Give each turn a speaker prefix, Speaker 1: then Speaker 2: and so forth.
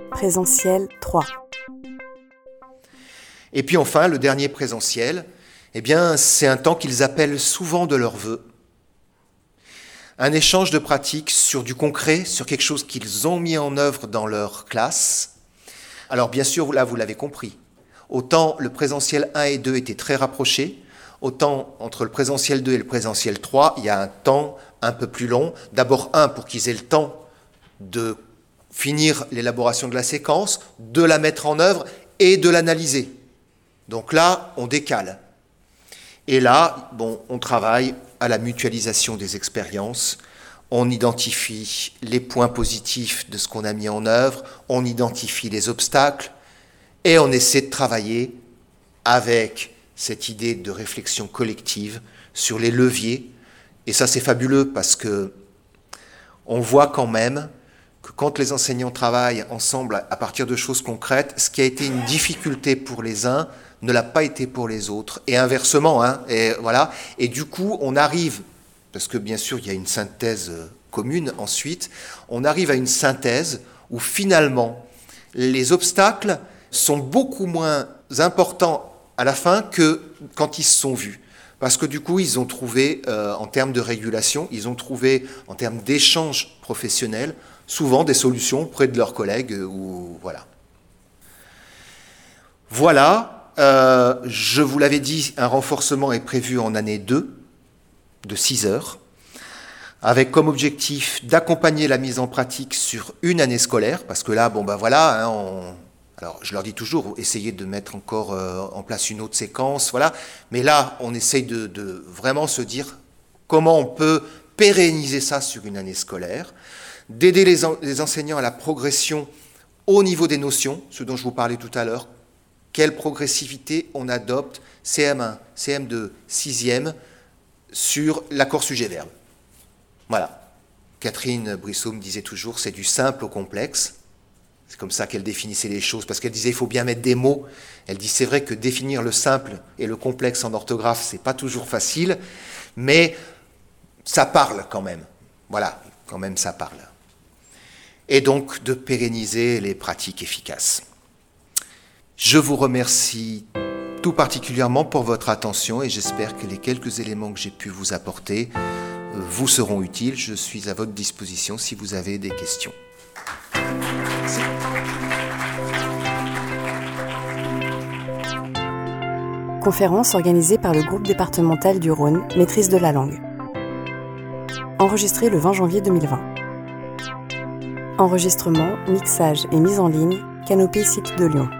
Speaker 1: Présentiel 3.
Speaker 2: Et puis enfin, le dernier présentiel, c'est un temps qu'ils appellent souvent de leur vœu. Un échange de pratiques sur du concret, sur quelque chose qu'ils ont mis en œuvre dans leur classe. Alors bien sûr, là vous l'avez compris, autant le présentiel 1 et 2 étaient très rapprochés, autant entre le présentiel 2 et le présentiel 3, il y a un temps un peu plus long. D'abord pour qu'ils aient le temps de finir l'élaboration de la séquence, de la mettre en œuvre et de l'analyser. Donc là, on décale. Et là, on travaille à la mutualisation des expériences, on identifie les points positifs de ce qu'on a mis en œuvre, on identifie les obstacles, et on essaie de travailler avec cette idée de réflexion collective sur les leviers. Et ça, c'est fabuleux parce que on voit quand même que quand les enseignants travaillent ensemble à partir de choses concrètes, ce qui a été une difficulté pour les uns ne l'a pas été pour les autres, et inversement, et voilà. Et du coup, on arrive, parce que bien sûr, il y a une synthèse commune ensuite, on arrive à une synthèse où finalement, les obstacles sont beaucoup moins importants à la fin que quand ils se sont vus. Parce que du coup, ils ont trouvé, en termes de régulation, ils ont trouvé, en termes d'échange professionnel, souvent des solutions auprès de leurs collègues, voilà. Voilà. Je vous l'avais dit, un renforcement est prévu en année 2, de 6 heures, avec comme objectif d'accompagner la mise en pratique sur une année scolaire, parce que là, alors je leur dis toujours, essayez de mettre encore en place une autre séquence, voilà, mais là, on essaye de vraiment se dire comment on peut pérenniser ça sur une année scolaire, d'aider les enseignants à la progression au niveau des notions, ce dont je vous parlais tout à l'heure. Quelle progressivité on adopte, CM1, CM2, 6e, sur l'accord sujet-verbe. Voilà. Catherine Brissot me disait toujours, c'est du simple au complexe. C'est comme ça qu'elle définissait les choses, parce qu'elle disait, il faut bien mettre des mots. Elle dit, c'est vrai que définir le simple et le complexe en orthographe, c'est pas toujours facile, mais ça parle quand même. Voilà, quand même ça parle. Et donc, de pérenniser les pratiques efficaces. Je vous remercie tout particulièrement pour votre attention et j'espère que les quelques éléments que j'ai pu vous apporter vous seront utiles. Je suis à votre disposition si vous avez des questions. Merci.
Speaker 1: Conférence organisée par le groupe départemental du Rhône, maîtrise de la langue. Enregistrée le 20 janvier 2020. Enregistrement, mixage et mise en ligne, Canopée Site de Lyon.